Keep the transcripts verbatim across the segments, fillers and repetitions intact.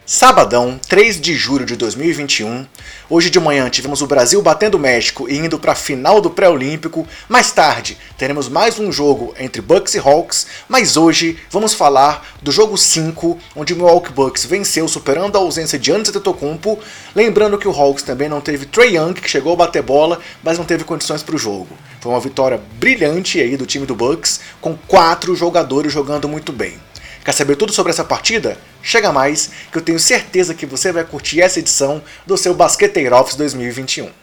Sabadão, três de julho de dois mil e vinte e um, hoje de manhã tivemos o Brasil batendo o México e indo para a final do pré-olímpico. Mais tarde teremos mais um jogo entre Bucks e Hawks, mas hoje vamos falar do jogo cinco, onde o Milwaukee Bucks venceu superando a ausência de Giannis Antetokounmpo, lembrando que o Hawks também não teve Trae Young, que chegou a bater bola, mas não teve condições para o jogo. Foi uma vitória brilhante aí do time do Bucks, com quatro jogadores jogando muito bem. Quer saber tudo sobre essa partida? Chega mais, que eu tenho certeza que você vai curtir essa edição do seu Basqueteiro Office dois mil e vinte e um.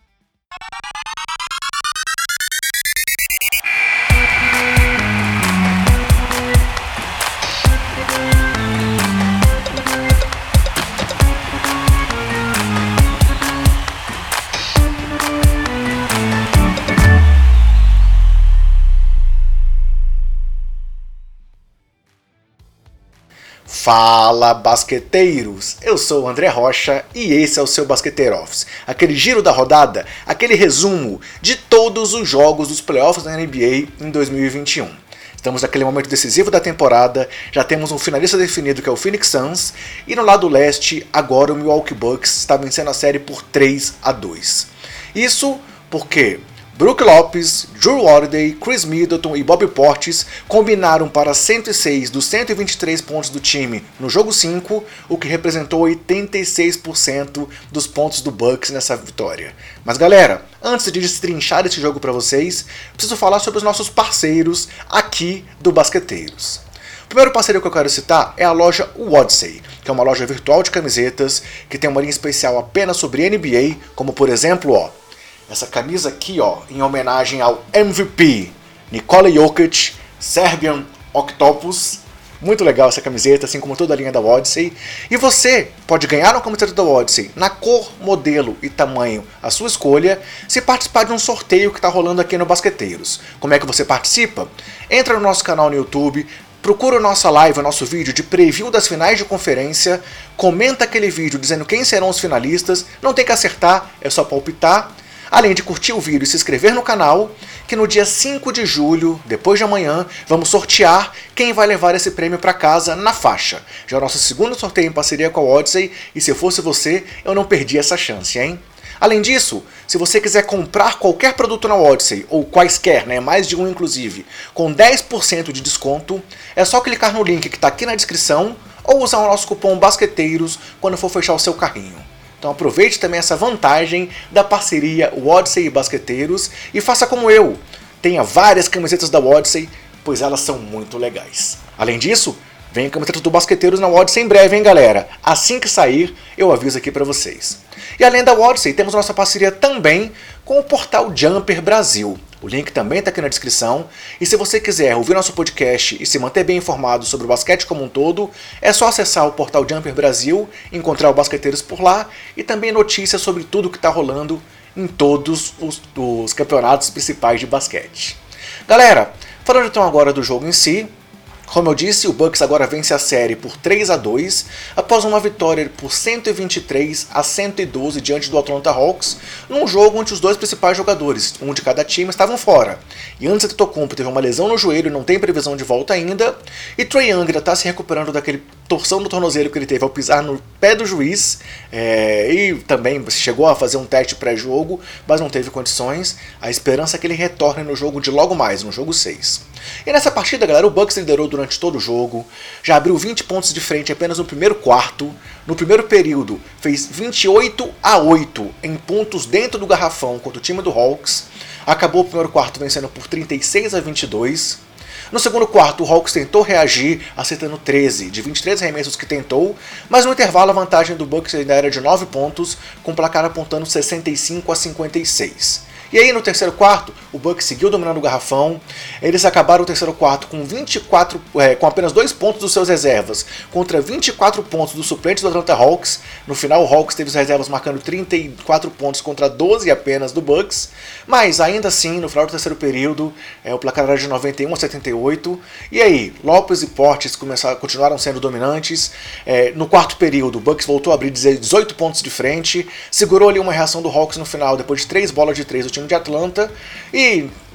Fala, basqueteiros! Eu sou o André Rocha e esse é o seu Basqueteiro Office, aquele giro da rodada, aquele resumo de todos os jogos dos playoffs da N B A em dois mil e vinte e um. Estamos naquele momento decisivo da temporada, já temos um finalista definido que é o Phoenix Suns, e no lado leste, agora o Milwaukee Bucks está vencendo a série por três a dois. Isso porque Brook Lopes, Jrue Holiday, Chris Middleton e Bobby Portis combinaram para cento e seis dos cento e vinte e três pontos do time no jogo cinco, o que representou oitenta e seis por cento dos pontos do Bucks nessa vitória. Mas galera, antes de destrinchar esse jogo para vocês, preciso falar sobre os nossos parceiros aqui do Basqueteiros. O primeiro parceiro que eu quero citar é a loja Wodsey, que é uma loja virtual de camisetas que tem uma linha especial apenas sobre N B A, como por exemplo, ó, essa camisa aqui, ó, em homenagem ao M V P Nikola Jokic, Serbian Octopus. Muito legal essa camiseta, assim como toda a linha da Wodsey. E você pode ganhar uma camiseta da Wodsey na cor, modelo e tamanho à sua escolha, se participar de um sorteio que está rolando aqui no Basqueteiros. Como é que você participa? Entra no nosso canal no YouTube, procura a nossa live, o nosso vídeo de preview das finais de conferência, comenta aquele vídeo dizendo quem serão os finalistas, não tem que acertar, é só palpitar. Além de curtir o vídeo e se inscrever no canal, que no dia cinco de julho, depois de amanhã, vamos sortear quem vai levar esse prêmio para casa na faixa. Já é o nosso segundo sorteio em parceria com a Wodsey, e se fosse você, eu não perdi essa chance, hein? Além disso, se você quiser comprar qualquer produto na Wodsey, ou quaisquer, né, mais de um inclusive, com dez por cento de desconto, é só clicar no link que está aqui na descrição, ou usar o nosso cupom BASQUETEIROS quando for fechar o seu carrinho. Então aproveite também essa vantagem da parceria Wodsey e Basqueteiros e faça como eu. Tenha várias camisetas da Wodsey, pois elas são muito legais. Além disso, vem camiseta do Basqueteiros na Wodsey em breve, hein galera? Assim que sair, eu aviso aqui pra vocês. E além da Wodsey, temos nossa parceria também com o portal Jumper Brasil. O link também está aqui na descrição, e se você quiser ouvir nosso podcast e se manter bem informado sobre o basquete como um todo, é só acessar o portal Jumper Brasil, encontrar o Basqueteiros por lá, e também notícias sobre tudo que está rolando em todos os, os campeonatos principais de basquete. Galera, falando então agora do jogo em si, como eu disse, o Bucks agora vence a série por três a dois, após uma vitória por cento e vinte e três a cento e doze diante do Atlanta Hawks, num jogo onde os dois principais jogadores, um de cada time, estavam fora. Giannis Antetokounmpo teve uma lesão no joelho e não tem previsão de volta ainda, e Trae Young ainda está se recuperando daquele torção do tornozelo que ele teve ao pisar no pé do juiz, é, e também chegou a fazer um teste pré-jogo, mas não teve condições. A esperança é que ele retorne no jogo de logo mais, no jogo seis. E nessa partida, galera, o Bucks liderou durante todo o jogo, já abriu vinte pontos de frente apenas no primeiro quarto. No primeiro período, fez vinte e oito a oito em pontos dentro do garrafão contra o time do Hawks. Acabou o primeiro quarto vencendo por trinta e seis a vinte e dois. No segundo quarto, o Hawks tentou reagir, acertando treze de vinte e três arremessos que tentou, mas no intervalo a vantagem do Bucks ainda era de nove pontos, com o placar apontando sessenta e cinco a cinquenta e seis. E aí no terceiro quarto, o Bucks seguiu dominando o garrafão. Eles acabaram o terceiro quarto com, vinte e quatro, é, com apenas dois pontos dos seus reservas, contra vinte e quatro pontos dos suplentes do Atlanta Hawks. No final, o Hawks teve os reservas marcando trinta e quatro pontos contra doze apenas do Bucks. Mas ainda assim, no final do terceiro período, é, o placar era de noventa e um a setenta e oito. E aí, Lopes e Portis começaram, continuaram sendo dominantes. É, no quarto período, o Bucks voltou a abrir dezoito pontos de frente, segurou ali uma reação do Hawks no final, depois de três bolas de três do time de Atlanta, e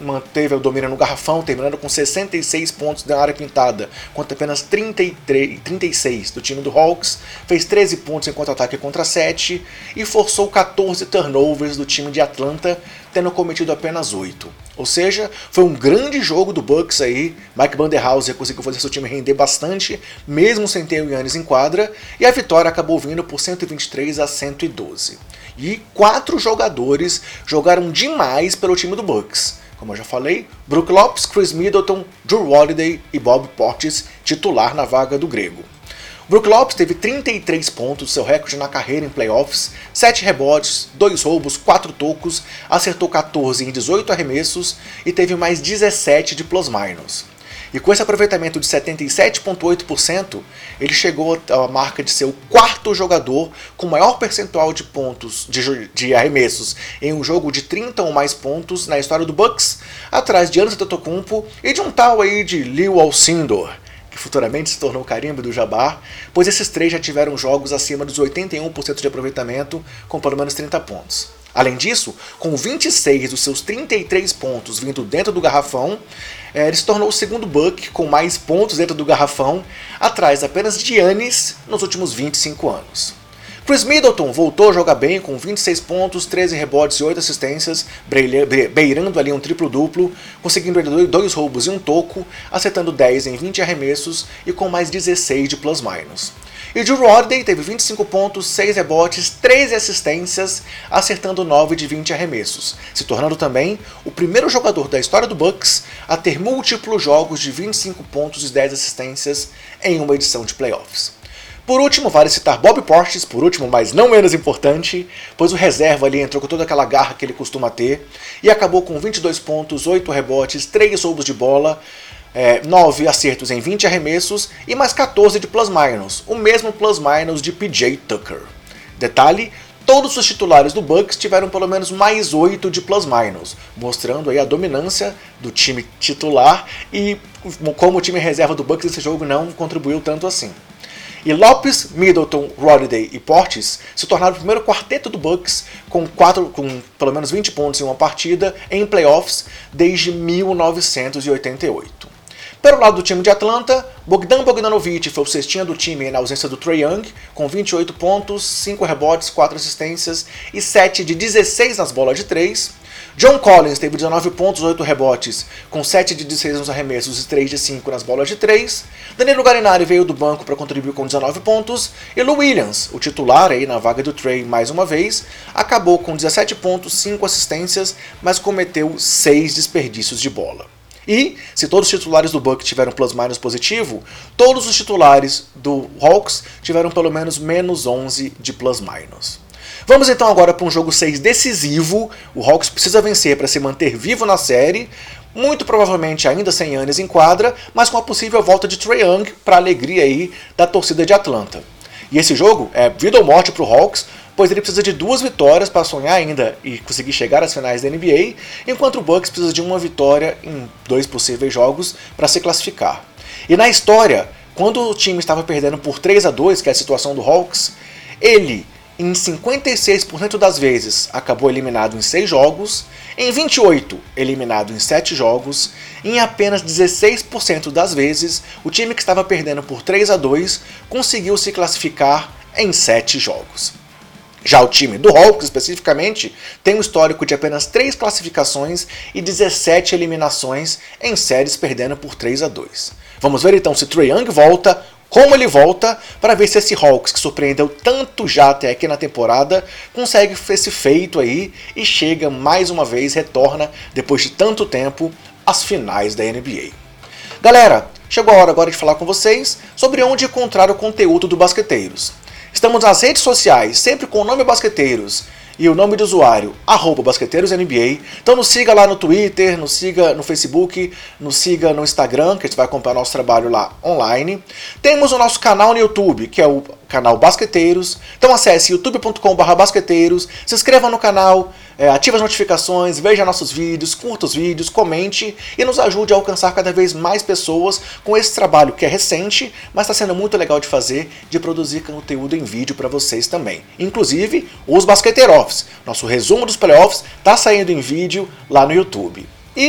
manteve o domínio no garrafão, terminando com sessenta e seis pontos na área pintada, contra apenas trinta e três, trinta e seis do time do Hawks, fez treze pontos em contra-ataque contra sete e forçou quatorze turnovers do time de Atlanta, tendo cometido apenas oito. Ou seja, foi um grande jogo do Bucks aí. Mike Budenholzer conseguiu fazer seu time render bastante, mesmo sem ter o Giannis em quadra, e a vitória acabou vindo por cento e vinte e três a cento e doze. E quatro jogadores jogaram demais pelo time do Bucks. Como eu já falei, Brook Lopes, Chris Middleton, Jrue Holiday e Bob Portis, titular na vaga do grego. Brook Lopes teve trinta e três pontos, seu recorde na carreira em playoffs, sete rebotes, dois roubos, quatro tocos, acertou quatorze em dezoito arremessos e teve mais dezessete de plus-minus. E com esse aproveitamento de setenta e sete vírgula oito por cento, ele chegou à marca de ser o quarto jogador com maior percentual de pontos de, de arremessos em um jogo de trinta ou mais pontos na história do Bucks, atrás de Giannis Antetokounmpo e de um tal aí de Lew Alcindor, que futuramente se tornou o carimbo do Jabbar, pois esses três já tiveram jogos acima dos oitenta e um por cento de aproveitamento com pelo menos trinta pontos. Além disso, com vinte e seis dos seus trinta e três pontos vindo dentro do garrafão, ele se tornou o segundo Buck com mais pontos dentro do garrafão, atrás apenas de Giannis nos últimos vinte e cinco anos. Chris Middleton voltou a jogar bem com vinte e seis pontos, treze rebotes e oito assistências, beirando ali um triplo-duplo, conseguindo dois roubos e um toco, acertando dez em vinte arremessos e com mais dezesseis de plus-minus. E Jrue Holiday teve vinte e cinco pontos, seis rebotes, treze assistências, acertando nove de vinte arremessos, se tornando também o primeiro jogador da história do Bucks a ter múltiplos jogos de vinte e cinco pontos e dez assistências em uma edição de playoffs. Por último, vale citar Bob Portis, por último, mas não menos importante, pois o reserva ali entrou com toda aquela garra que ele costuma ter e acabou com vinte e dois pontos, oito rebotes, três roubos de bola, é, nove acertos em vinte arremessos e mais quatorze de plus-minus, o mesmo plus-minus de P J Tucker. Detalhe, todos os titulares do Bucks tiveram pelo menos mais oito de plus-minus, mostrando aí a dominância do time titular e como o time reserva do Bucks nesse jogo não contribuiu tanto assim. E Lopes, Middleton, Holiday e Portis se tornaram o primeiro quarteto do Bucks com, quatro, com pelo menos vinte pontos em uma partida em playoffs desde mil novecentos e oitenta e oito. Pelo lado do time de Atlanta, Bogdan Bogdanovic foi o cestinha do time na ausência do Trae Young, com vinte e oito pontos, cinco rebotes, quatro assistências e sete de dezesseis nas bolas de três. John Collins teve dezenove pontos, oito rebotes, com sete de dezesseis nos arremessos e três de cinco nas bolas de três. Danilo Gallinari veio do banco para contribuir com dezenove pontos. E Lou Williams, o titular aí na vaga do Trae mais uma vez, acabou com dezessete pontos, cinco assistências, mas cometeu seis desperdícios de bola. E, se todos os titulares do Bucks tiveram plus-minus positivo, todos os titulares do Hawks tiveram pelo menos menos onze de plus-minus. Vamos então agora para um jogo seis decisivo. O Hawks precisa vencer para se manter vivo na série, muito provavelmente ainda sem Giannis em quadra, mas com a possível volta de Trae Young para a alegria aí da torcida de Atlanta. E esse jogo é vida ou morte para o Hawks, pois ele precisa de duas vitórias para sonhar ainda e conseguir chegar às finais da N B A, enquanto o Bucks precisa de uma vitória em dois possíveis jogos para se classificar. E na história, quando o time estava perdendo por três a dois, que é a situação do Hawks, ele, em cinquenta e seis por cento das vezes, acabou eliminado em seis jogos, em vinte e oito por cento eliminado em sete jogos, e em apenas dezesseis por cento das vezes, o time que estava perdendo por três a dois conseguiu se classificar em sete jogos. Já o time do Hawks, especificamente, tem um histórico de apenas três classificações e dezessete eliminações em séries perdendo por três a dois. Vamos ver então se Trae Young volta, como ele volta, para ver se esse Hawks, que surpreendeu tanto já até aqui na temporada, consegue esse feito aí e chega mais uma vez, retorna, depois de tanto tempo, às finais da N B A. Galera, chegou a hora agora de falar com vocês sobre onde encontrar o conteúdo do Basqueteiros. Estamos nas redes sociais, sempre com o nome Basqueteiros e o nome do usuário, arroba BasqueteirosNBA. Então nos siga lá no Twitter, nos siga no Facebook, nos siga no Instagram, que a gente vai acompanhar nosso trabalho lá online. Temos o nosso canal no YouTube, que é o canal Basqueteiros. Então acesse youtube ponto com barra basqueteiros, se inscreva no canal, é, ative as notificações, veja nossos vídeos, curta os vídeos, comente e nos ajude a alcançar cada vez mais pessoas com esse trabalho que é recente, mas está sendo muito legal de fazer, de produzir conteúdo em vídeo para vocês também. Inclusive os Basqueteiros, nosso resumo dos playoffs está saindo em vídeo lá no YouTube. E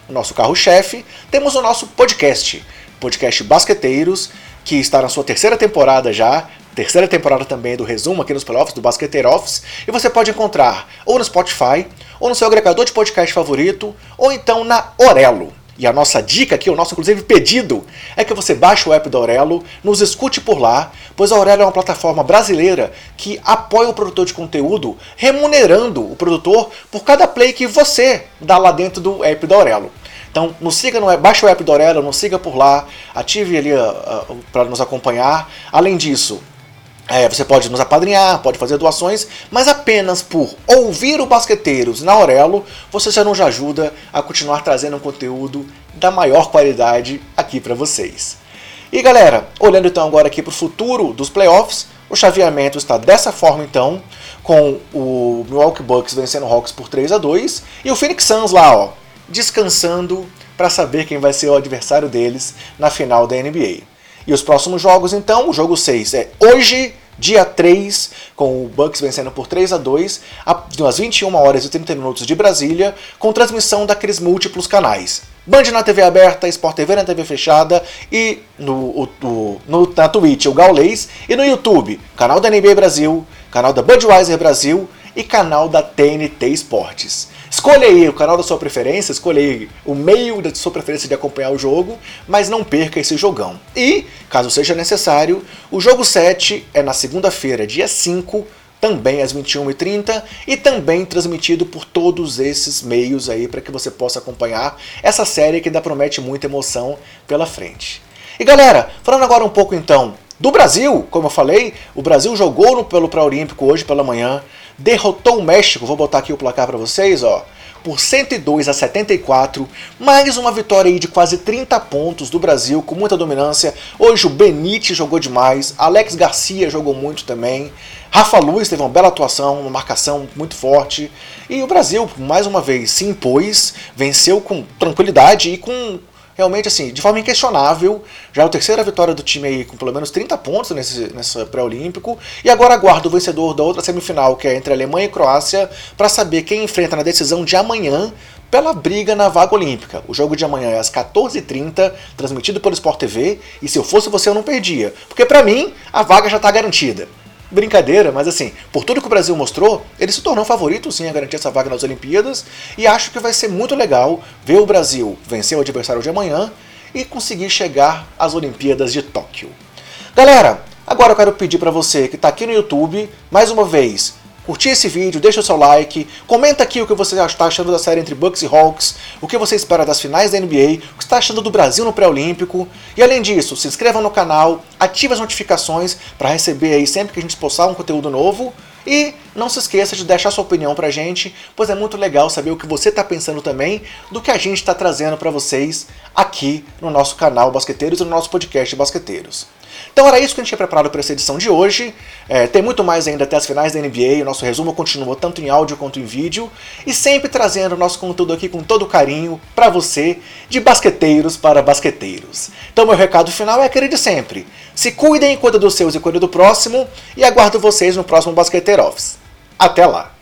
o nosso carro-chefe, temos o nosso podcast, podcast Basqueteiros, que está na sua terceira temporada já, terceira temporada também do resumo aqui nos playoffs do Basqueteiro Office, e você pode encontrar ou no Spotify, ou no seu agregador de podcast favorito, ou então na Orelo. E a nossa dica aqui, o nosso inclusive pedido, é que você baixe o app da Orelo, nos escute por lá, pois a Orelo é uma plataforma brasileira que apoia o produtor de conteúdo, remunerando o produtor por cada play que você dá lá dentro do app da Orelo. Então, nos siga no, baixe o app da Orelo, nos siga por lá, ative ali uh, uh, para nos acompanhar. Além disso, É, você pode nos apadrinhar, pode fazer doações, mas apenas por ouvir o Basqueteiros na Orelo, você já nos ajuda a continuar trazendo um conteúdo da maior qualidade aqui para vocês. E galera, olhando então agora aqui para o futuro dos playoffs, o chaveamento está dessa forma então, com o Milwaukee Bucks vencendo o Hawks por três a dois e o Phoenix Suns lá, ó, descansando para saber quem vai ser o adversário deles na final da N B A. E os próximos jogos, então, o jogo seis é hoje, dia três, com o Bucks vencendo por três a dois, às vinte e uma horas e trinta minutos de Brasília, com transmissão daqueles múltiplos canais. Band na T V aberta, Sport T V na T V fechada e no, o, o, no, na Twitch o Gaulês e no YouTube, canal da N B A Brasil, canal da Budweiser Brasil e canal da T N T Esportes. Escolha aí o canal da sua preferência, escolha aí o meio da sua preferência de acompanhar o jogo, mas não perca esse jogão. E, caso seja necessário, o jogo sete é na segunda-feira, dia cinco, também às vinte e uma e trinta, e também transmitido por todos esses meios aí para que você possa acompanhar essa série que ainda promete muita emoção pela frente. E galera, falando agora um pouco então do Brasil, como eu falei, o Brasil jogou no, pelo Pré-Olímpico hoje pela manhã, derrotou o México, vou botar aqui o placar para vocês, ó, por cento e dois a setenta e quatro, mais uma vitória aí de quase trinta pontos do Brasil, com muita dominância. Hoje o Benítez jogou demais, Alex Garcia jogou muito também, Rafa Luz teve uma bela atuação, uma marcação muito forte, e o Brasil, mais uma vez, se impôs, venceu com tranquilidade e com... realmente, assim, de forma inquestionável, já é a terceira vitória do time aí com pelo menos trinta pontos nesse, nesse pré-olímpico, e agora aguarda o vencedor da outra semifinal, que é entre Alemanha e Croácia, para saber quem enfrenta na decisão de amanhã pela briga na vaga olímpica. O jogo de amanhã é às quatorze e trinta, transmitido pelo Sport T V, e se eu fosse você eu não perdia, porque para mim a vaga já está garantida. Brincadeira, mas assim, por tudo que o Brasil mostrou, ele se tornou favorito sim a garantir essa vaga nas Olimpíadas, e acho que vai ser muito legal ver o Brasil vencer o adversário de amanhã e conseguir chegar às Olimpíadas de Tóquio. Galera, agora eu quero pedir para você que está aqui no YouTube, mais uma vez, curtir esse vídeo, deixa o seu like, comenta aqui o que você está achando da série entre Bucks e Hawks, o que você espera das finais da N B A, o que está achando do Brasil no pré-olímpico, e além disso, se inscreva no canal, ative as notificações para receber aí sempre que a gente postar um conteúdo novo, e não se esqueça de deixar sua opinião pra gente, pois é muito legal saber o que você está pensando também do que a gente está trazendo para vocês aqui no nosso canal Basqueteiros e no nosso podcast Basqueteiros. Então era isso que a gente tinha preparado para essa edição de hoje. É, tem muito mais ainda até as finais da N B A, o nosso resumo continua tanto em áudio quanto em vídeo, e sempre trazendo o nosso conteúdo aqui com todo carinho para você, de basqueteiros para basqueteiros. Então meu recado final é aquele de sempre. Se cuidem, cuida dos seus e cuida do próximo, e aguardo vocês no próximo Basqueteiro Office. Até lá!